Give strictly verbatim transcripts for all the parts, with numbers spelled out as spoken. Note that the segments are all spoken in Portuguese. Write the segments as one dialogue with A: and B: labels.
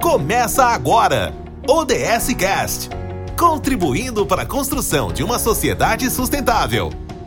A: Começa agora, O D S Cast, contribuindo para a construção de uma sociedade sustentável.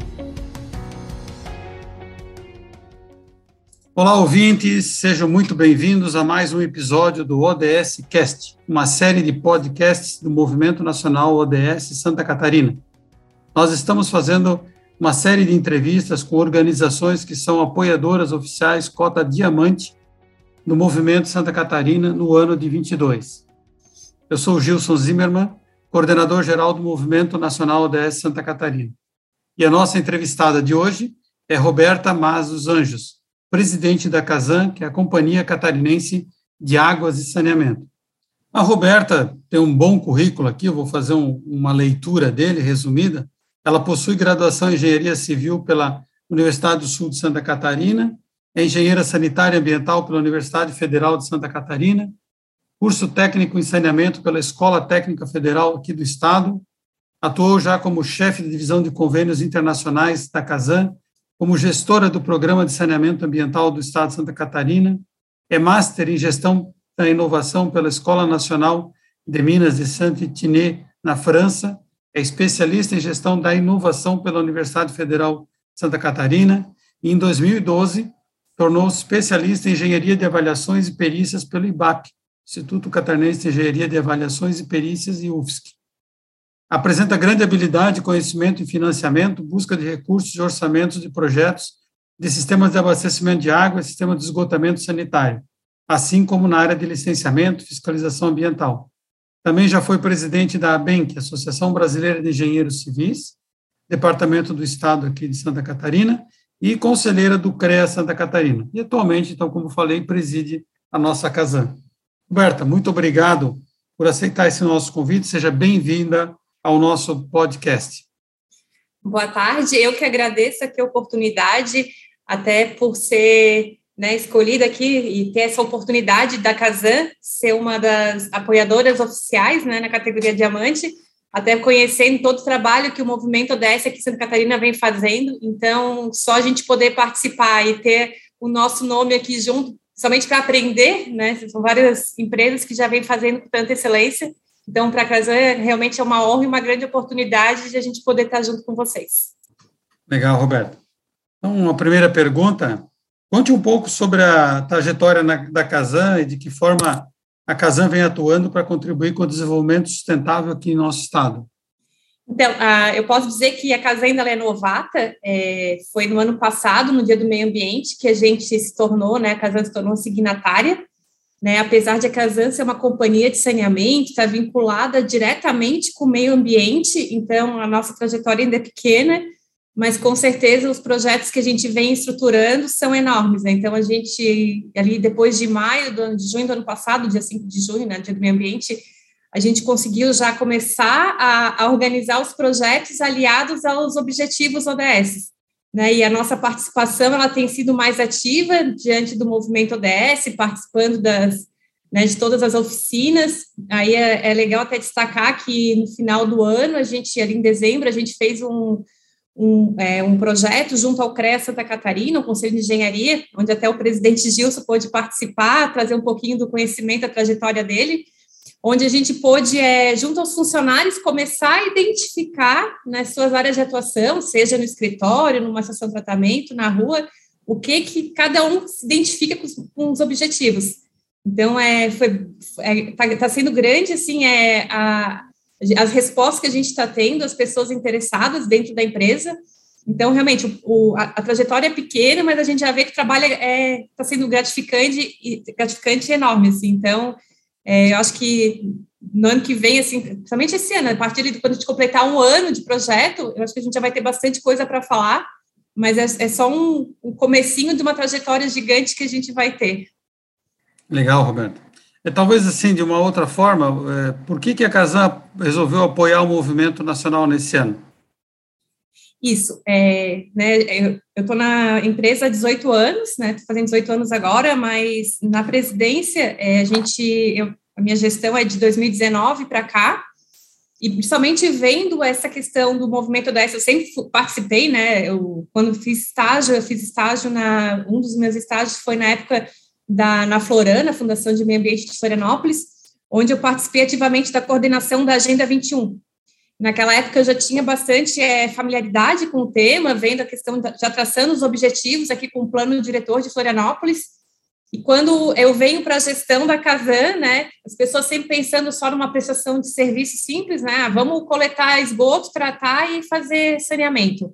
B: Olá, ouvintes, sejam muito bem-vindos a mais um episódio do O D S Cast, uma série de podcasts do Movimento Nacional O D S Santa Catarina. Nós estamos fazendo uma série de entrevistas com organizações que são apoiadoras oficiais cota diamante do Movimento Santa Catarina no ano de vinte e dois. Eu sou o Gilson Zimmermann, coordenador-geral do Movimento Nacional O D S Santa Catarina. E a nossa entrevistada de hoje é Roberta Mas dos Anjos, presidente da CASAN, que é a Companhia Catarinense de Águas e Saneamento. A Roberta tem um bom currículo aqui, eu vou fazer um, uma leitura dele, resumida. Ela possui graduação em Engenharia Civil pela Universidade do Sul de Santa Catarina, é engenheira sanitária e ambiental pela Universidade Federal de Santa Catarina, curso técnico em saneamento pela Escola Técnica Federal aqui do Estado, atuou já como chefe de divisão de convênios internacionais da CASAN, como gestora do Programa de Saneamento Ambiental do Estado de Santa Catarina, é Master em Gestão da Inovação pela Escola Nacional de Minas de Saint-Étienne, na França, é especialista em Gestão da Inovação pela Universidade Federal de Santa Catarina, e em dois mil e doze tornou-se especialista em Engenharia de Avaliações e Perícias pelo I B A P, Instituto Catarinense de Engenharia de Avaliações e Perícias, e U F S C. Apresenta grande habilidade, conhecimento em financiamento, busca de recursos e orçamentos de projetos de sistemas de abastecimento de água e sistema de esgotamento sanitário, assim como na área de licenciamento e fiscalização ambiental. Também já foi presidente da ABENC, Associação Brasileira de Engenheiros Civis, Departamento do Estado aqui de Santa Catarina, e conselheira do CREA Santa Catarina. E atualmente, então, como falei, preside a nossa CASAN. Roberta, muito obrigado por aceitar esse nosso convite, seja bem-vinda ao nosso podcast.
C: Boa tarde, eu que agradeço aqui a oportunidade, até por ser, né, escolhida aqui e ter essa oportunidade da CASAN ser uma das apoiadoras oficiais, né, na categoria Diamante, até conhecendo todo o trabalho que o Movimento O D S aqui em Santa Catarina vem fazendo, então só a gente poder participar e ter o nosso nome aqui junto, somente para aprender, né, são várias empresas que já vêm fazendo com tanta excelência. Então, para a CASAN, realmente é uma honra e uma grande oportunidade de a gente poder estar junto com vocês.
B: Legal, Roberto. Então, a primeira pergunta, conte um pouco sobre a trajetória na, da CASAN e de que forma a CASAN vem atuando para contribuir com o desenvolvimento sustentável aqui em nosso estado.
C: Então, uh, eu posso dizer que a CASAN ainda é novata, é, foi no ano passado, no Dia do Meio Ambiente, que a gente se tornou, né, a CASAN se tornou signatária. Né, apesar de a CASAN ser uma companhia de saneamento, está vinculada diretamente com o meio ambiente, então a nossa trajetória ainda é pequena, mas com certeza os projetos que a gente vem estruturando são enormes, né? Então a gente, ali depois de maio, do, de junho do ano passado, dia cinco de junho, né, dia do meio ambiente, a gente conseguiu já começar a, a organizar os projetos aliados aos objetivos O D S. Né, e a nossa participação ela tem sido mais ativa diante do Movimento O D S, participando das, né, de todas as oficinas. Aí é, é legal até destacar que no final do ano, a gente, ali em dezembro, a gente fez um, um, é, um projeto junto ao CREA Santa Catarina, o Conselho de Engenharia, onde até o presidente Gilson pôde participar, trazer um pouquinho do conhecimento, a trajetória dele, onde a gente pôde, é, junto aos funcionários, começar a identificar nas suas áreas de atuação, seja no escritório, numa estação de tratamento, na rua, o que, que cada um se identifica com os, com os objetivos. Então, é, foi, é, tá, tá sendo grande, assim, é, a, as respostas que a gente está tendo, as pessoas interessadas dentro da empresa. Então, realmente, o, a, a trajetória é pequena, mas a gente já vê que o trabalho está é, tá sendo gratificante e, gratificante e enorme, assim. Então, É, eu acho que no ano que vem, assim, principalmente esse ano, a partir de quando a gente completar um ano de projeto, eu acho que a gente já vai ter bastante coisa para falar, mas é, é só um, um comecinho de uma trajetória gigante que a gente vai ter.
B: Legal, Roberto. É, talvez, assim, de uma outra forma, é, por que, que a CASAN resolveu apoiar o movimento nacional nesse ano?
C: Isso, é, né, eu estou na empresa há dezoito anos, né, estou fazendo dezoito anos agora, mas na presidência, é, a gente, eu, a minha gestão é de dois mil e dezenove para cá, e principalmente vendo essa questão do movimento O D S, eu sempre participei, né, eu, quando fiz estágio, eu fiz estágio na, um dos meus estágios foi na época da, na Florana, Fundação de Meio Ambiente de Florianópolis, onde eu participei ativamente da coordenação da Agenda vinte e um. Naquela época eu já tinha bastante é, familiaridade com o tema, vendo a questão, da, já traçando os objetivos aqui com o plano diretor de Florianópolis. E quando eu venho para a gestão da Casan, né, as pessoas sempre pensando só numa prestação de serviço simples, né, ah, vamos coletar esgoto, tratar e fazer saneamento.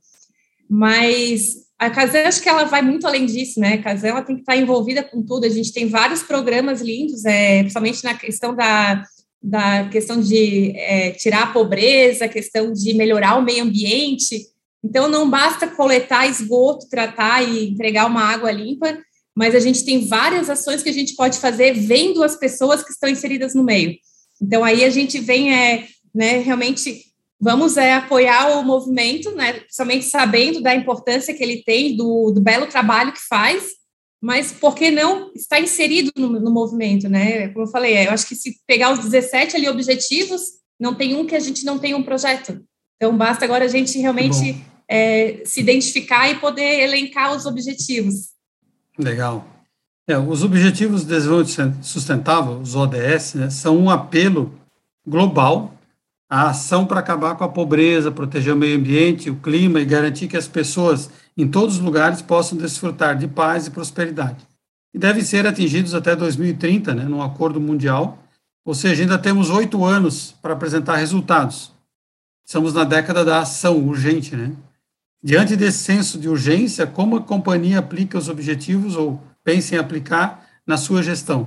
C: Mas a Casan, acho que ela vai muito além disso, né, a Casan, ela tem que estar envolvida com tudo, a gente tem vários programas lindos, é, principalmente na questão da, da questão de é, tirar a pobreza, a questão de melhorar o meio ambiente, então não basta coletar esgoto, tratar e entregar uma água limpa, mas a gente tem várias ações que a gente pode fazer vendo as pessoas que estão inseridas no meio. Então, aí a gente vem, é, né, realmente, vamos é, apoiar o movimento, né, principalmente sabendo da importância que ele tem, do, do belo trabalho que faz, mas por que não estar inserido no, no movimento, né? Como eu falei, eu acho que se pegar os dezessete ali objetivos, não tem um que a gente não tenha um projeto. Então, basta agora a gente realmente é, se identificar e poder elencar os objetivos.
B: Legal. É, os Objetivos de Desenvolvimento Sustentável, os O D S, né, são um apelo global à ação para acabar com a pobreza, proteger o meio ambiente, o clima e garantir que as pessoas em todos os lugares possam desfrutar de paz e prosperidade. E devem ser atingidos até dois mil e trinta, né, num acordo mundial, ou seja, ainda temos oito anos para apresentar resultados. Estamos na década da ação urgente, né? Diante desse senso de urgência, como a companhia aplica os objetivos ou pensa em aplicar na sua gestão?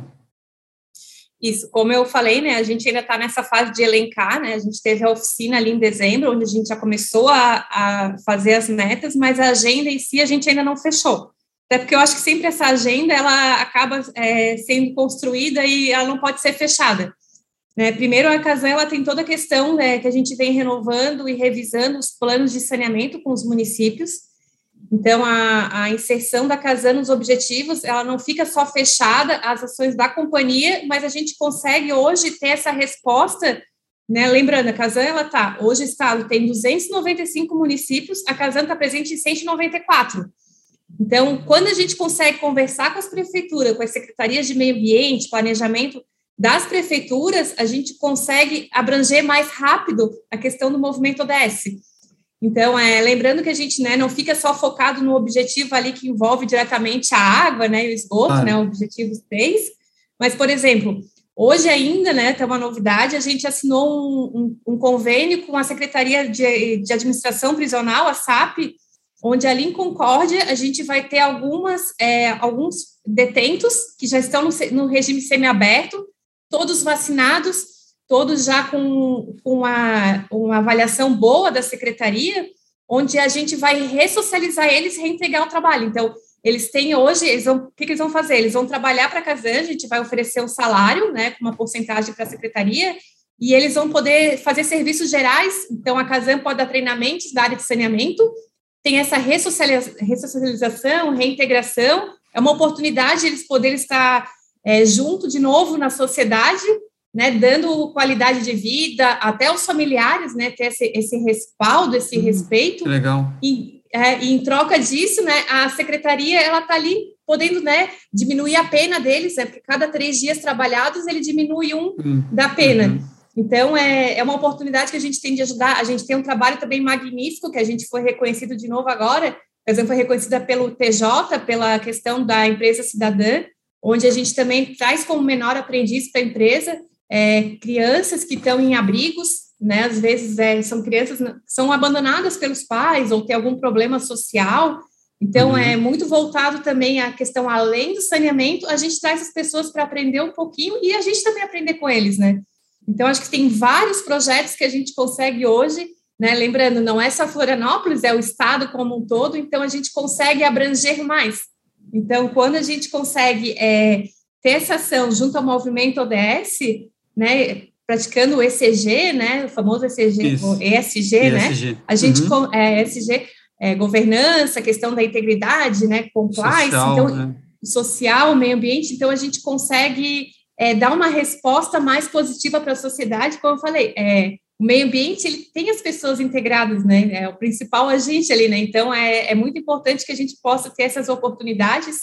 C: Isso, como eu falei, né, a gente ainda está nessa fase de elencar, né, a gente teve a oficina ali em dezembro, onde a gente já começou a, a fazer as metas, mas a agenda em si a gente ainda não fechou. Até porque eu acho que sempre essa agenda, ela acaba é, sendo construída e ela não pode ser fechada. Né, primeiro, a Casan, ela tem toda a questão né, que a gente vem renovando e revisando os planos de saneamento com os municípios. Então, a, a inserção da Casan nos objetivos, ela não fica só fechada às ações da companhia, mas a gente consegue hoje ter essa resposta, né, lembrando, a Casan, ela está, hoje o estado tem duzentos e noventa e cinco municípios, a Casan está presente em cento e noventa e quatro. Então, quando a gente consegue conversar com as prefeituras, com as secretarias de meio ambiente, planejamento, das prefeituras, a gente consegue abranger mais rápido a questão do movimento O D S. Então, é, lembrando que a gente né, não fica só focado no objetivo ali que envolve diretamente a água né, e o esgoto, ah. né, o objetivo três, mas, por exemplo, hoje ainda, né, tem uma novidade, a gente assinou um, um, um convênio com a Secretaria de, de Administração Prisional, a S A P, onde ali em Concórdia a gente vai ter algumas, é, alguns detentos que já estão no, no regime semiaberto, todos vacinados, todos já com, com uma, uma avaliação boa da secretaria, onde a gente vai ressocializar eles e reintegrar o trabalho. Então, eles têm hoje, eles vão, o que, que eles vão fazer? Eles vão trabalhar para a Casan, a gente vai oferecer um salário, né, com uma porcentagem para a secretaria, e eles vão poder fazer serviços gerais. Então, a Casan pode dar treinamentos da área de saneamento, tem essa ressocialização, reintegração, é uma oportunidade eles poderem estar é, junto de novo na sociedade, né, dando qualidade de vida, até os familiares, né, ter esse, esse respaldo, esse hum, respeito.
B: Legal.
C: E, é, e em troca disso, né, a secretaria, ela está ali podendo, né, diminuir a pena deles, né, porque cada três dias trabalhados, ele diminui um hum, da pena. Uhum. Então, é, é uma oportunidade que a gente tem de ajudar. A gente tem um trabalho também magnífico, que a gente foi reconhecido de novo agora, por exemplo, foi reconhecida pelo T J, pela questão da empresa cidadã, onde a gente também traz como menor aprendiz para a empresa é, crianças que estão em abrigos, né, às vezes é, são crianças que são abandonadas pelos pais ou têm algum problema social. Então, uhum. é muito voltado também à questão, além do saneamento, a gente traz as pessoas para aprender um pouquinho e a gente também aprender com eles, né? Então, acho que tem vários projetos que a gente consegue hoje, né? Lembrando, não é só Florianópolis, é o estado como um todo, então a gente consegue abranger mais. Então, quando a gente consegue é, ter essa ação junto ao movimento O D S, né, praticando o E C G, né, o famoso E C G, o E S G, E S G, né, a gente, uhum. é, E S G, é, governança, questão da integridade, né, compliance, social, então, né? social, meio ambiente, então a gente consegue é, dar uma resposta mais positiva para a sociedade, como eu falei, é, o meio ambiente, ele tem as pessoas integradas, né, é o principal agente ali, né, então é, é muito importante que a gente possa ter essas oportunidades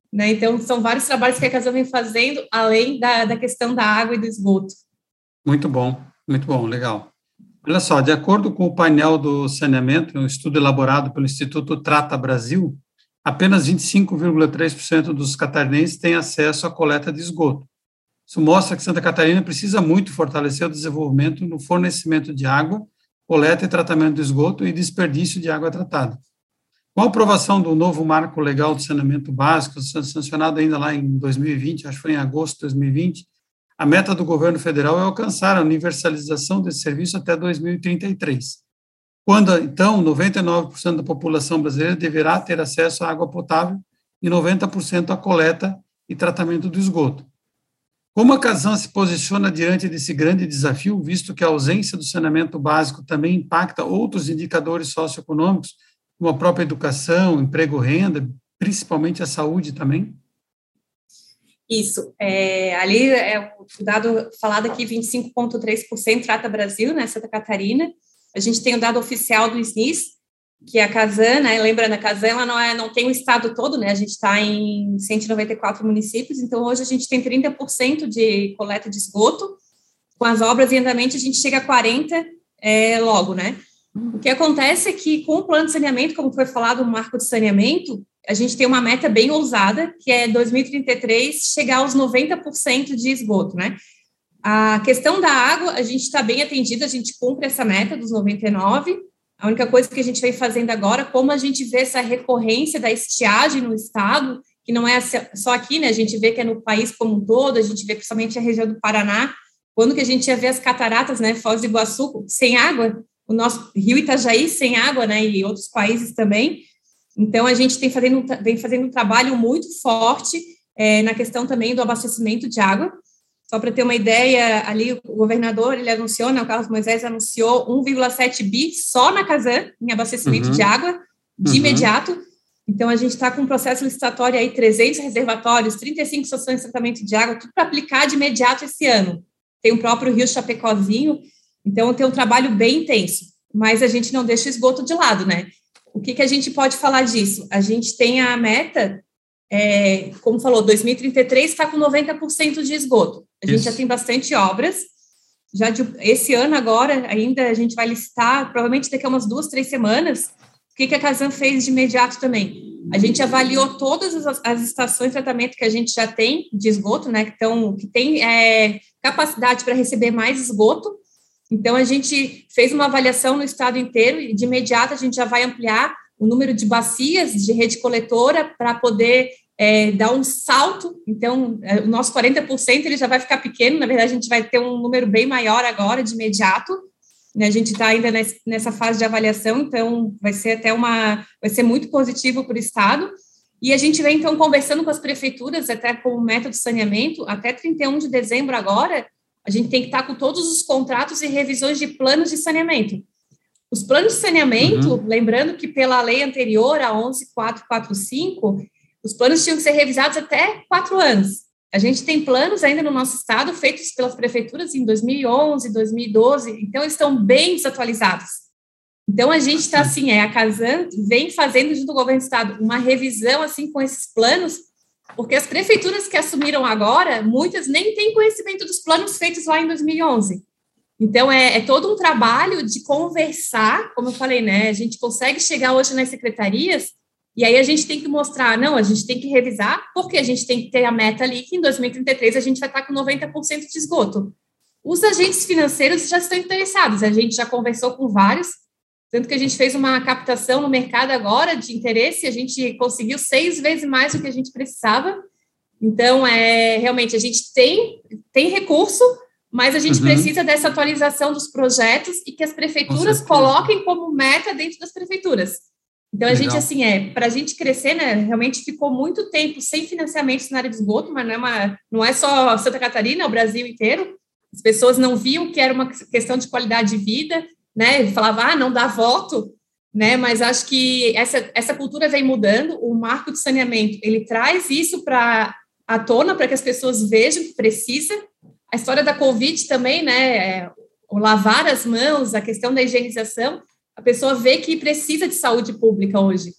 C: né? Então, são vários trabalhos que a Casan vem fazendo, além da, da questão da água e do esgoto.
B: Muito bom, muito bom, legal. Olha só, de acordo com o painel do saneamento, um estudo elaborado pelo Instituto Trata Brasil, apenas vinte e cinco vírgula três por cento dos catarinenses têm acesso à coleta de esgoto. Isso mostra que Santa Catarina precisa muito fortalecer o desenvolvimento no fornecimento de água, coleta e tratamento do esgoto e desperdício de água tratada. Com a aprovação do novo marco legal de saneamento básico, sancionado ainda lá em dois mil e vinte, acho que foi em agosto de dois mil e vinte, a meta do governo federal é alcançar a universalização desse serviço até dois mil e trinta e três, quando, então, noventa e nove por cento da população brasileira deverá ter acesso à água potável e noventa por cento à coleta e tratamento do esgoto. Como a Casan se posiciona diante desse grande desafio, visto que a ausência do saneamento básico também impacta outros indicadores socioeconômicos, como a própria educação, emprego, renda, principalmente a saúde também?
C: Isso, é, ali é o dado falado aqui, vinte e cinco vírgula três por cento Trata Brasil, né, Santa Catarina. A gente tem o dado oficial do S N I S, que a Casan, né, lembrando, a Casan ela não, é, não tem o estado todo, né, a gente está em cento e noventa e quatro municípios, então hoje a gente tem trinta por cento de coleta de esgoto, com as obras em andamento a gente chega a quarenta por cento é, logo, né. O que acontece é que com o plano de saneamento, como foi falado, o marco de saneamento, a gente tem uma meta bem ousada, que é dois mil e trinta e três chegar aos noventa por cento de esgoto, né? A questão da água, a gente está bem atendido, a gente cumpre essa meta dos noventa e nove por cento. A única coisa que a gente vem fazendo agora, como a gente vê essa recorrência da estiagem no estado, que não é só aqui, né? A gente vê que é no país como um todo, a gente vê principalmente a região do Paraná, quando que a gente ia ver as cataratas, né? Foz do Iguaçu sem água, o nosso rio Itajaí sem água, né? E outros países também. Então, a gente tem fazendo, vem fazendo um trabalho muito forte é, na questão também do abastecimento de água. Só para ter uma ideia, ali o governador, ele anunciou, né, o Carlos Moisés anunciou um vírgula sete bi só na Casan, em abastecimento uhum. de água, de uhum. imediato. Então, a gente está com um processo licitatório aí, trezentos reservatórios, trinta e cinco estações de tratamento de água, tudo para aplicar de imediato esse ano. Tem o próprio Rio Chapecozinho, então tem um trabalho bem intenso, mas a gente não deixa o esgoto de lado, né? O que, que a gente pode falar disso? A gente tem a meta, é, como falou, dois mil e trinta e três está com noventa por cento de esgoto. A gente Isso. já tem bastante obras. Já de, esse ano agora, ainda a gente vai licitar, provavelmente daqui a umas duas, três semanas, o que, que a Casan fez de imediato também? A gente avaliou todas as, as estações de tratamento que a gente já tem de esgoto, né, que, tão, que tem é, capacidade para receber mais esgoto. Então, a gente fez uma avaliação no estado inteiro e, de imediato, a gente já vai ampliar o número de bacias de rede coletora para poder é, dar um salto. Então, é, o nosso quarenta por cento ele já vai ficar pequeno, na verdade, a gente vai ter um número bem maior agora, de imediato. Né? A gente está ainda nesse, nessa fase de avaliação, então vai ser até uma... vai ser muito positivo para o estado. E a gente vem, então, conversando com as prefeituras, até como método de saneamento, até trinta e um de dezembro agora, a gente tem que estar com todos os contratos e revisões de planos de saneamento. Os planos de saneamento, uhum. lembrando que pela lei anterior, a onze mil quatrocentos e quarenta e cinco, os planos tinham que ser revisados até quatro anos. A gente tem planos ainda no nosso estado, feitos pelas prefeituras em dois mil e onze, dois mil e doze, então eles estão bem desatualizados. Então, a gente está assim, é, a Casan vem fazendo junto com o governo do estado uma revisão assim com esses planos, porque as prefeituras que assumiram agora, muitas nem têm conhecimento dos planos feitos lá em dois mil e onze. Então, é, é todo um trabalho de conversar, como eu falei, né? A gente consegue chegar hoje nas secretarias e aí a gente tem que mostrar, não, a gente tem que revisar, porque a gente tem que ter a meta ali que em dois mil e trinta e três a gente vai estar com noventa por cento de esgoto. Os agentes financeiros já estão interessados, a gente já conversou com vários, tanto que a gente fez uma captação no mercado agora de interesse, a gente conseguiu seis vezes mais do que a gente precisava. Então, é, realmente, a gente tem, tem recurso, mas a gente uhum. precisa dessa atualização dos projetos e que as prefeituras coloquem como meta dentro das prefeituras. Então, a Legal. gente, assim, é, para a gente crescer, né, realmente ficou muito tempo sem financiamento na área de esgoto, mas não é, uma, não é só Santa Catarina, é o Brasil inteiro. As pessoas não viam que era uma questão de qualidade de vida, né, falava, ah, não dá voto, né, mas acho que essa, essa cultura vem mudando, o marco de saneamento, ele traz isso para à tona, para que as pessoas vejam que precisa. A história da Covid também, né, o lavar as mãos, a questão da higienização, a pessoa vê que precisa de saúde pública hoje.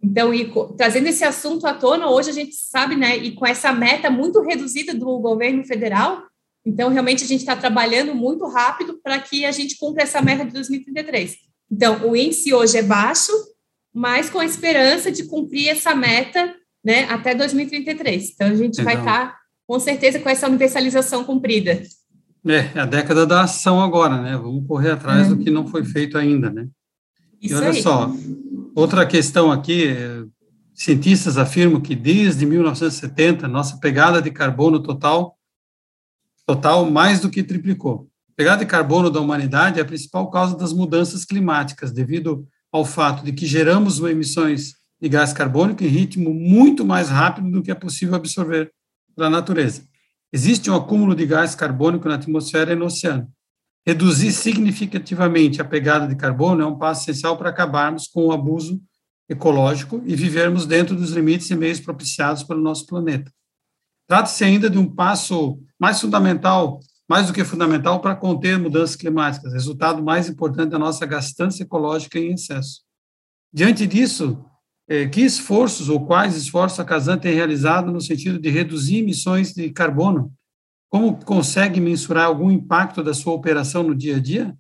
C: Então, e, trazendo esse assunto à tona, hoje a gente sabe, né, e com essa meta muito reduzida do governo federal, então, realmente, a gente está trabalhando muito rápido para que a gente cumpra essa meta de dois mil e trinta e três. Então, o índice hoje é baixo, mas com a esperança de cumprir essa meta, né, até dois mil e trinta e três. Então, a gente Legal. vai estar, tá, com certeza, com essa universalização cumprida.
B: É, é a década da ação agora, né? Vamos correr atrás é. do que não foi feito ainda, né? Isso e olha aí. só, outra questão aqui, cientistas afirmam que desde mil novecentos e setenta, nossa pegada de carbono total, total mais do que triplicou. A pegada de carbono da humanidade é a principal causa das mudanças climáticas, devido ao fato de que geramos emissões de gás carbônico em ritmo muito mais rápido do que é possível absorver pela natureza. Existe um acúmulo de gás carbônico na atmosfera e no oceano. Reduzir significativamente a pegada de carbono é um passo essencial para acabarmos com o abuso ecológico e vivermos dentro dos limites e meios propiciados pelo nosso planeta. Trata-se ainda de um passo mais fundamental, mais do que fundamental, para conter mudanças climáticas, resultado mais importante da nossa gastança ecológica em excesso. Diante disso, eh, que esforços ou quais esforços a Casan tem realizado no sentido de reduzir emissões de carbono? Como consegue mensurar algum impacto da sua operação no dia a dia?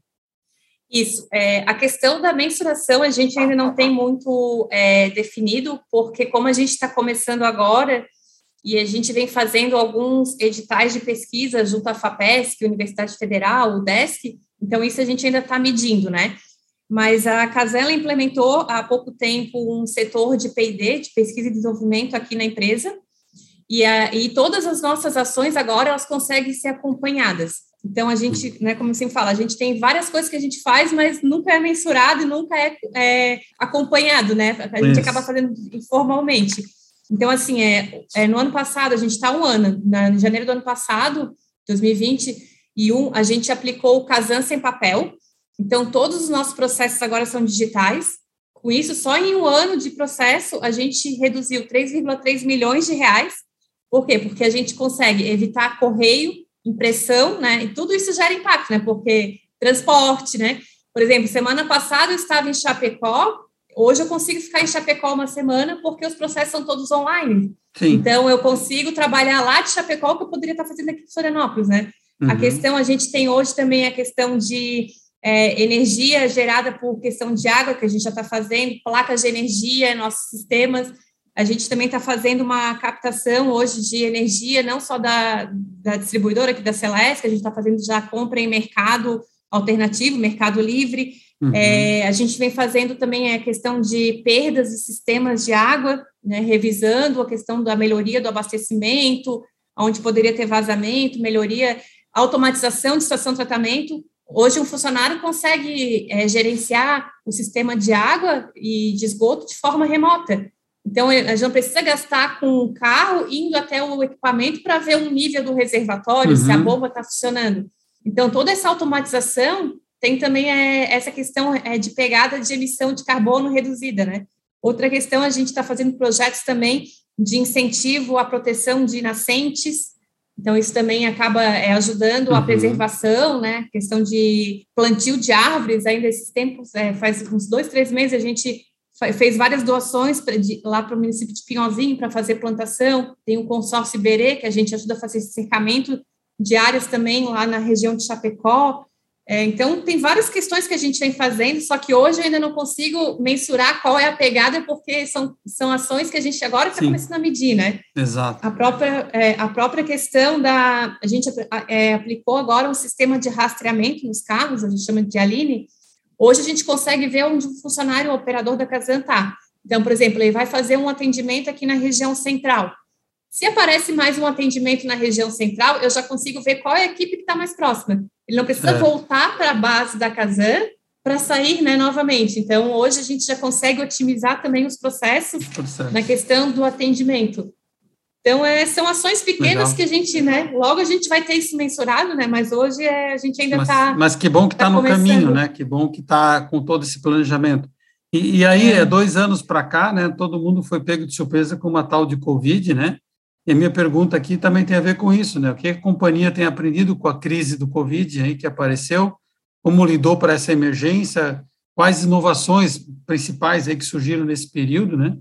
C: Isso, é, a questão da mensuração a gente ainda não tem muito é, definido, porque como a gente está começando agora, e a gente vem fazendo alguns editais de pesquisa junto à FAPESP, Universidade Federal, o DESC, então isso a gente ainda está medindo, né? Mas a Casan implementou há pouco tempo um setor de P e D, de pesquisa e desenvolvimento aqui na empresa, e, a, e todas as nossas ações agora, elas conseguem ser acompanhadas. Então, a gente, né, como você fala, a gente tem várias coisas que a gente faz, mas nunca é mensurado e nunca é, é acompanhado, né? A gente Isso. acaba fazendo informalmente. Então, assim, é, é, no ano passado, a gente está um ano, na, em janeiro do ano passado, dois mil e vinte e um, a gente aplicou o Casan sem papel. Então, todos os nossos processos agora são digitais. Com isso, só em um ano de processo, a gente reduziu três vírgula três milhões de reais. Por quê? Porque a gente consegue evitar correio, impressão, né? E tudo isso gera impacto, né? Porque transporte, né? Por exemplo, semana passada eu estava em Chapecó, hoje eu consigo ficar em Chapecó uma semana porque os processos são todos online. Sim. Então, eu consigo trabalhar lá de Chapecó que eu poderia estar fazendo aqui em Florianópolis, né? Uhum. A questão, a gente tem hoje também a questão de é, energia gerada por questão de água, que a gente já está fazendo, placas de energia, nossos sistemas. A gente também está fazendo uma captação hoje de energia, não só da, da distribuidora aqui da Celesc, que a gente está fazendo já compra em mercado alternativo, mercado livre. Uhum. É, a gente vem fazendo também a questão de perdas de sistemas de água, né, revisando a questão da melhoria do abastecimento, onde poderia ter vazamento, melhoria, automatização de estação de tratamento. Hoje, um funcionário consegue é, gerenciar o sistema de água e de esgoto de forma remota. Então, a gente não precisa gastar com o carro indo até o equipamento para ver o nível do reservatório, uhum. se a bomba está funcionando. Então, toda essa automatização tem também é, essa questão é, de pegada de emissão de carbono reduzida, né? Outra questão, a gente está fazendo projetos também de incentivo à proteção de nascentes. Então, isso também acaba é, ajudando uhum. a preservação, né? Questão de plantio de árvores, ainda esses tempos, é, faz uns dois, três meses, a gente fez várias doações pra, de, lá para o município de Pinhalzinho para fazer plantação. Tem o consórcio Iberê, que a gente ajuda a fazer esse cercamento de áreas também lá na região de Chapecó. É, então, tem várias questões que a gente vem fazendo, só que hoje eu ainda não consigo mensurar qual é a pegada, porque são, são ações que a gente agora está começando a medir, né?
B: Exato.
C: A própria, é, a própria questão da... A gente é, aplicou agora um sistema de rastreamento nos carros, a gente chama de Aline. Hoje a gente consegue ver onde o funcionário, o operador da Casan está. Então, por exemplo, ele vai fazer um atendimento aqui na região central. Se aparece mais um atendimento na região central, eu já consigo ver qual é a equipe que está mais próxima. Ele não precisa é. voltar para a base da Casan para sair, né, novamente. Então, hoje a gente já consegue otimizar também os processos Processo. na questão do atendimento. Então, é, são ações pequenas Legal. que a gente, né, logo a gente vai ter isso mensurado, né, mas hoje é, a gente ainda está...
B: Mas, mas que bom que está tá no começando. caminho, né, que bom que está com todo esse planejamento. E, e aí, é. dois anos para cá, né, todo mundo foi pego de surpresa com uma tal de Covid, né, e a minha pergunta aqui também tem a ver com isso, né, o que a companhia tem aprendido com a crise do Covid aí que apareceu, como lidou para essa emergência, quais inovações principais aí que surgiram nesse período, né,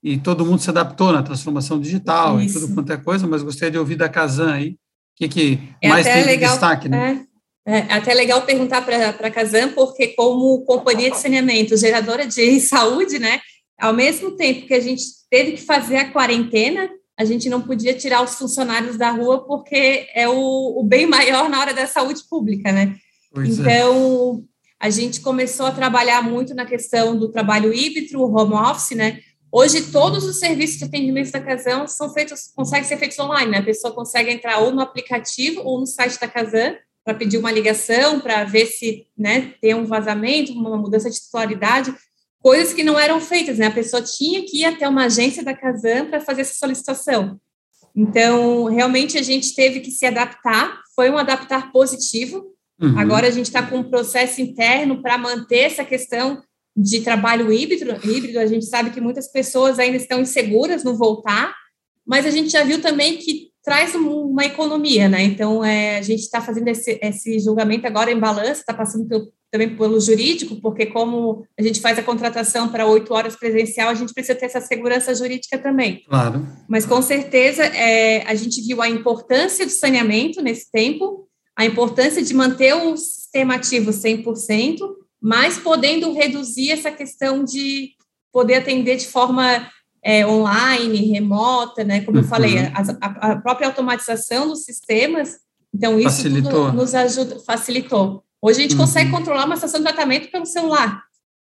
B: e todo mundo se adaptou na transformação digital
C: Isso.
B: e tudo quanto é coisa, mas gostaria de ouvir da Casan aí, o que, que
C: é
B: mais tem
C: legal,
B: de destaque, né?
C: É, é até legal perguntar para a Casan, porque como companhia de saneamento, geradora de saúde, né, ao mesmo tempo que a gente teve que fazer a quarentena, a gente não podia tirar os funcionários da rua, porque é o, o bem maior na hora da saúde pública, né? Pois então, é. A gente começou a trabalhar muito na questão do trabalho híbrido, o home office, né? Hoje, todos os serviços de atendimento da Casan são feitos, conseguem ser feitos online, né? A pessoa consegue entrar ou no aplicativo ou no site da Casan para pedir uma ligação, para ver se, né, tem um vazamento, uma mudança de titularidade, coisas que não eram feitas, né? A pessoa tinha que ir até uma agência da Casan para fazer essa solicitação. Então, realmente, a gente teve que se adaptar, foi um adaptar positivo. Uhum. Agora, a gente está com um processo interno para manter essa questão de trabalho híbrido, híbrido. A gente sabe que muitas pessoas ainda estão inseguras no voltar, mas a gente já viu também que traz uma economia, né? Então, é, a gente está fazendo esse, esse julgamento agora em balanço, está passando pelo, também pelo jurídico, porque como a gente faz a contratação para oito horas presencial, a gente precisa ter essa segurança jurídica também.
B: Claro.
C: Mas, com certeza, é, a gente viu a importância do saneamento nesse tempo, a importância de manter o sistema ativo cem por cento, mas podendo reduzir essa questão de poder atender de forma é, online, remota, né? Como uhum. eu falei, a, a, a própria automatização dos sistemas, então isso facilitou. Tudo nos ajuda, facilitou. Hoje a gente uhum. consegue controlar uma estação de tratamento pelo celular.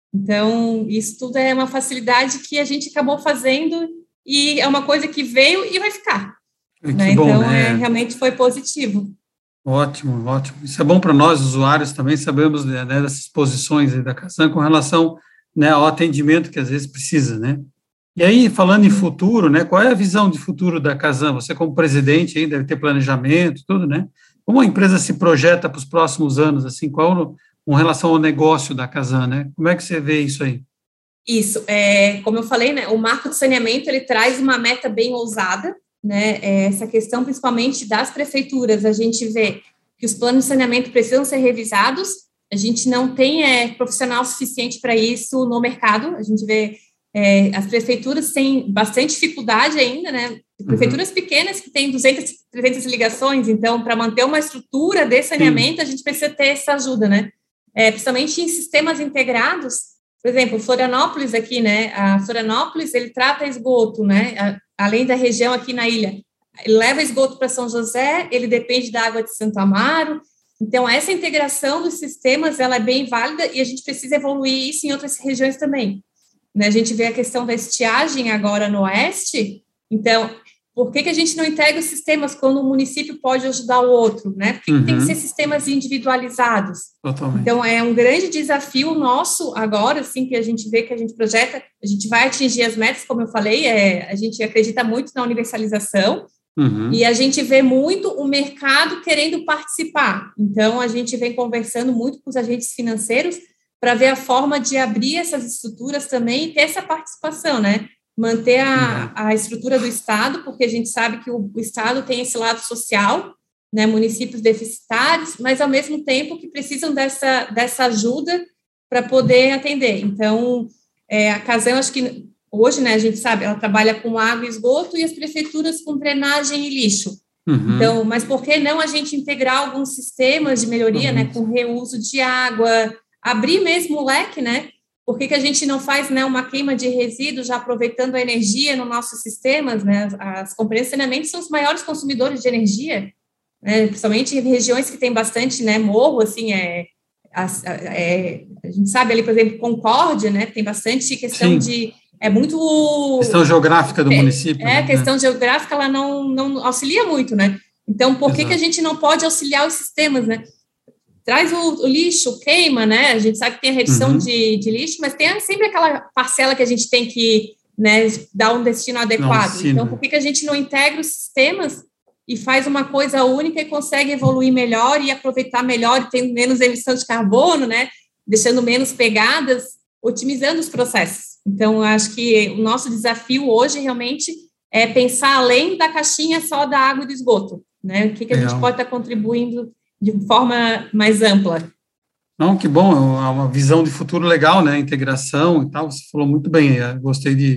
C: Então, isso tudo é uma facilidade que a gente acabou fazendo e é uma coisa que veio e vai ficar.
B: Que
C: né?
B: bom,
C: então,
B: né?
C: é, realmente foi positivo.
B: Ótimo, ótimo. Isso é bom para nós, usuários, também sabemos, né, dessas posições aí da Casan com relação, né, ao atendimento que às vezes precisa, né? E aí, falando em futuro, né, qual é a visão de futuro da Casan? Você como presidente aí deve ter planejamento, tudo, né? Como a empresa se projeta para os próximos anos, assim, qual com relação ao negócio da Casan, né? Como é que você vê isso aí?
C: Isso, é, como eu falei, né, o marco de saneamento, ele traz uma meta bem ousada, né, essa questão principalmente das prefeituras, a gente vê que os planos de saneamento precisam ser revisados, a gente não tem é, profissional suficiente para isso no mercado, a gente vê é, as prefeituras têm bastante dificuldade ainda, né, prefeituras uhum. pequenas que têm duzentas, trezentas ligações, então, para manter uma estrutura de saneamento, Sim. a gente precisa ter essa ajuda, né, é, principalmente em sistemas integrados. Por exemplo, Florianópolis aqui, né, a Florianópolis, ele trata esgoto, né, a, além da região aqui na ilha, ele leva esgoto para São José, ele depende da água de Santo Amaro, então essa integração dos sistemas, ela é bem válida e a gente precisa evoluir isso em outras regiões também, né, a gente vê a questão da estiagem agora no oeste, então, por que que a gente não integra os sistemas quando um município pode ajudar o outro, né? Por que uhum. que tem que ser sistemas individualizados? Totalmente. Então, é um grande desafio nosso agora, assim, que a gente vê que a gente projeta, a gente vai atingir as metas, como eu falei, é, a gente acredita muito na universalização uhum. e a gente vê muito o mercado querendo participar. Então, a gente vem conversando muito com os agentes financeiros para ver a forma de abrir essas estruturas também e ter essa participação, né? Manter a, a estrutura do Estado, porque a gente sabe que o, o Estado tem esse lado social, né, municípios deficitários, mas, ao mesmo tempo, que precisam dessa, dessa ajuda para poder atender. Então, é, a Casan, acho que hoje, né, a gente sabe, ela trabalha com água e esgoto e as prefeituras com drenagem e lixo. Uhum. Então, mas por que não a gente integrar alguns sistemas de melhoria, uhum. né, com reuso de água, abrir mesmo o leque, né? Por que que a gente não faz, né, uma queima de resíduos, já aproveitando a energia nos nossos sistemas, né? As, as companhias de saneamento são os maiores consumidores de energia, né? Principalmente em regiões que tem bastante, né, morro, assim, é, a, é, a gente sabe ali, por exemplo, Concórdia, né, tem bastante questão Sim. de, é muito...
B: Questão geográfica do
C: é,
B: município.
C: É, a
B: né?
C: questão geográfica, ela não, não auxilia muito, né? Então, por que que a gente não pode auxiliar os sistemas, né? Traz o, o lixo, queima, né? A gente sabe que tem a redução uhum. de, de lixo, mas tem sempre aquela parcela que a gente tem que, né, dar um destino adequado. Não, então, por que que a gente não integra os sistemas e faz uma coisa única e consegue evoluir melhor e aproveitar melhor, tendo menos emissão de carbono, né? Deixando menos pegadas, otimizando os processos. Então, acho que o nosso desafio hoje realmente é pensar além da caixinha só da água e do esgoto, né? O que que a Legal. gente pode estar contribuindo de forma mais ampla.
B: Não, que bom, é uma visão de futuro legal, né, integração e tal, você falou muito bem, eu gostei de,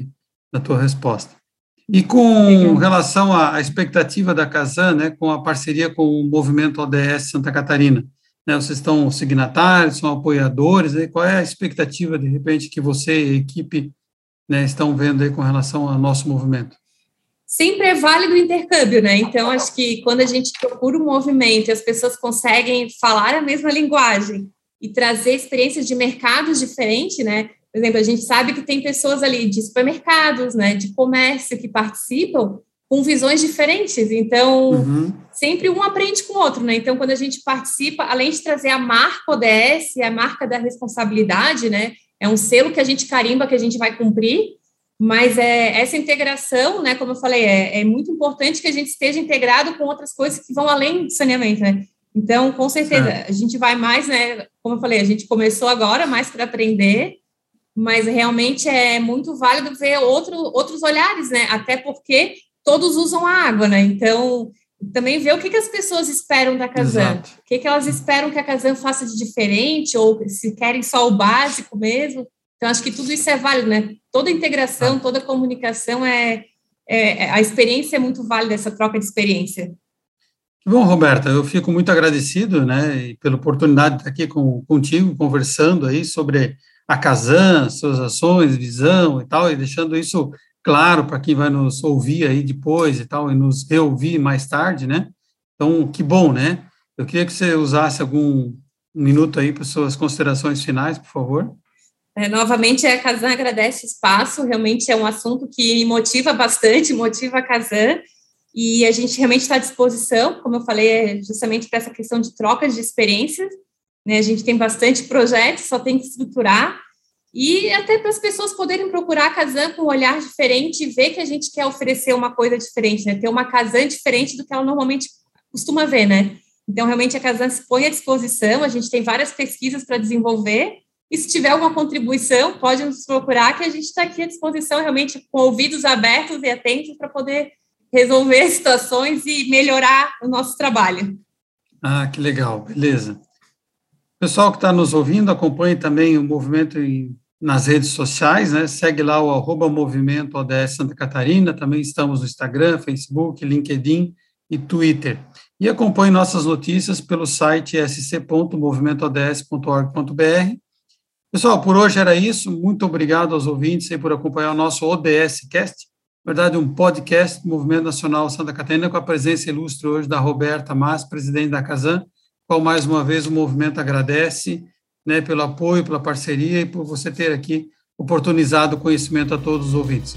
B: da tua resposta. E com relação à expectativa da Casan, né, com a parceria com o Movimento O D S Santa Catarina, né, vocês estão signatários, são apoiadores, né, qual é a expectativa, de repente, que você e a equipe, né, estão vendo aí com relação ao nosso movimento?
C: Sempre é válido o intercâmbio, né? Então, acho que quando a gente procura um movimento e as pessoas conseguem falar a mesma linguagem e trazer experiências de mercados diferentes, né? Por exemplo, a gente sabe que tem pessoas ali de supermercados, né, de comércio que participam com visões diferentes. Então, uhum. sempre um aprende com o outro, né? Então, quando a gente participa, além de trazer a marca O D S, a marca da responsabilidade, né? É um selo que a gente carimba, que a gente vai cumprir, mas é, essa integração, né, como eu falei, é, é muito importante que a gente esteja integrado com outras coisas que vão além do saneamento, né? Então, com certeza, é. a gente vai mais, né? Como eu falei, a gente começou agora mais para aprender, mas realmente é muito válido ver outro, outros olhares, né? Até porque todos usam a água, né? Então, também ver o que, que as pessoas esperam da Casan, Exato. o que, que elas esperam que a Casan faça de diferente, ou se querem só o básico mesmo. Então, acho que tudo isso é válido, né? Toda integração, ah. toda comunicação, é, é, a experiência é muito válida, essa troca de experiência.
B: Bom, Roberta, eu fico muito agradecido, né, pela oportunidade de estar aqui com, contigo, conversando aí sobre a Casan, suas ações, visão e tal, e deixando isso claro para quem vai nos ouvir aí depois e tal, e nos reouvir mais tarde, né? Então, que bom, né? Eu queria que você usasse algum minuto aí para suas considerações finais, por favor.
C: É, novamente, a Casan agradece o espaço, realmente é um assunto que motiva bastante, motiva a Casan, e a gente realmente está à disposição, como eu falei, é justamente para essa questão de troca de experiências, né? A gente tem bastante projetos, só tem que estruturar, e até para as pessoas poderem procurar a Casan com um olhar diferente e ver que a gente quer oferecer uma coisa diferente, né? Ter uma Casan diferente do que ela normalmente costuma ver, né? Então, realmente, a Casan se põe à disposição, a gente tem várias pesquisas para desenvolver, e se tiver alguma contribuição, pode nos procurar, que a gente está aqui à disposição, realmente, com ouvidos abertos e atentos para poder resolver situações e melhorar o nosso trabalho.
B: Ah, que legal, beleza. Pessoal que está nos ouvindo, acompanhe também o movimento em, nas redes sociais, né? Segue lá o arroba Movimento O D S Santa Catarina, também estamos no Instagram, Facebook, LinkedIn e Twitter. E acompanhe nossas notícias pelo site s c ponto movimento o d s ponto org ponto b r. Pessoal, por hoje era isso. Muito obrigado aos ouvintes aí por acompanhar o nosso O D S Cast, na verdade um podcast do Movimento Nacional Santa Catarina, com a presença ilustre hoje da Roberta Mas, presidente da Casan, qual mais uma vez o movimento agradece, né, pelo apoio, pela parceria e por você ter aqui oportunizado o conhecimento a todos os ouvintes.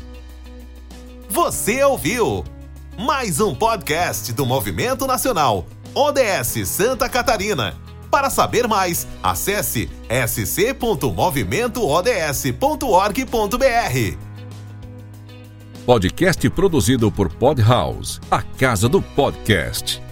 A: Você ouviu mais um podcast do Movimento Nacional O D S Santa Catarina. Para saber mais, acesse s c ponto movimento o d s ponto org ponto b r.
D: Podcast produzido por Pod House, a casa do podcast.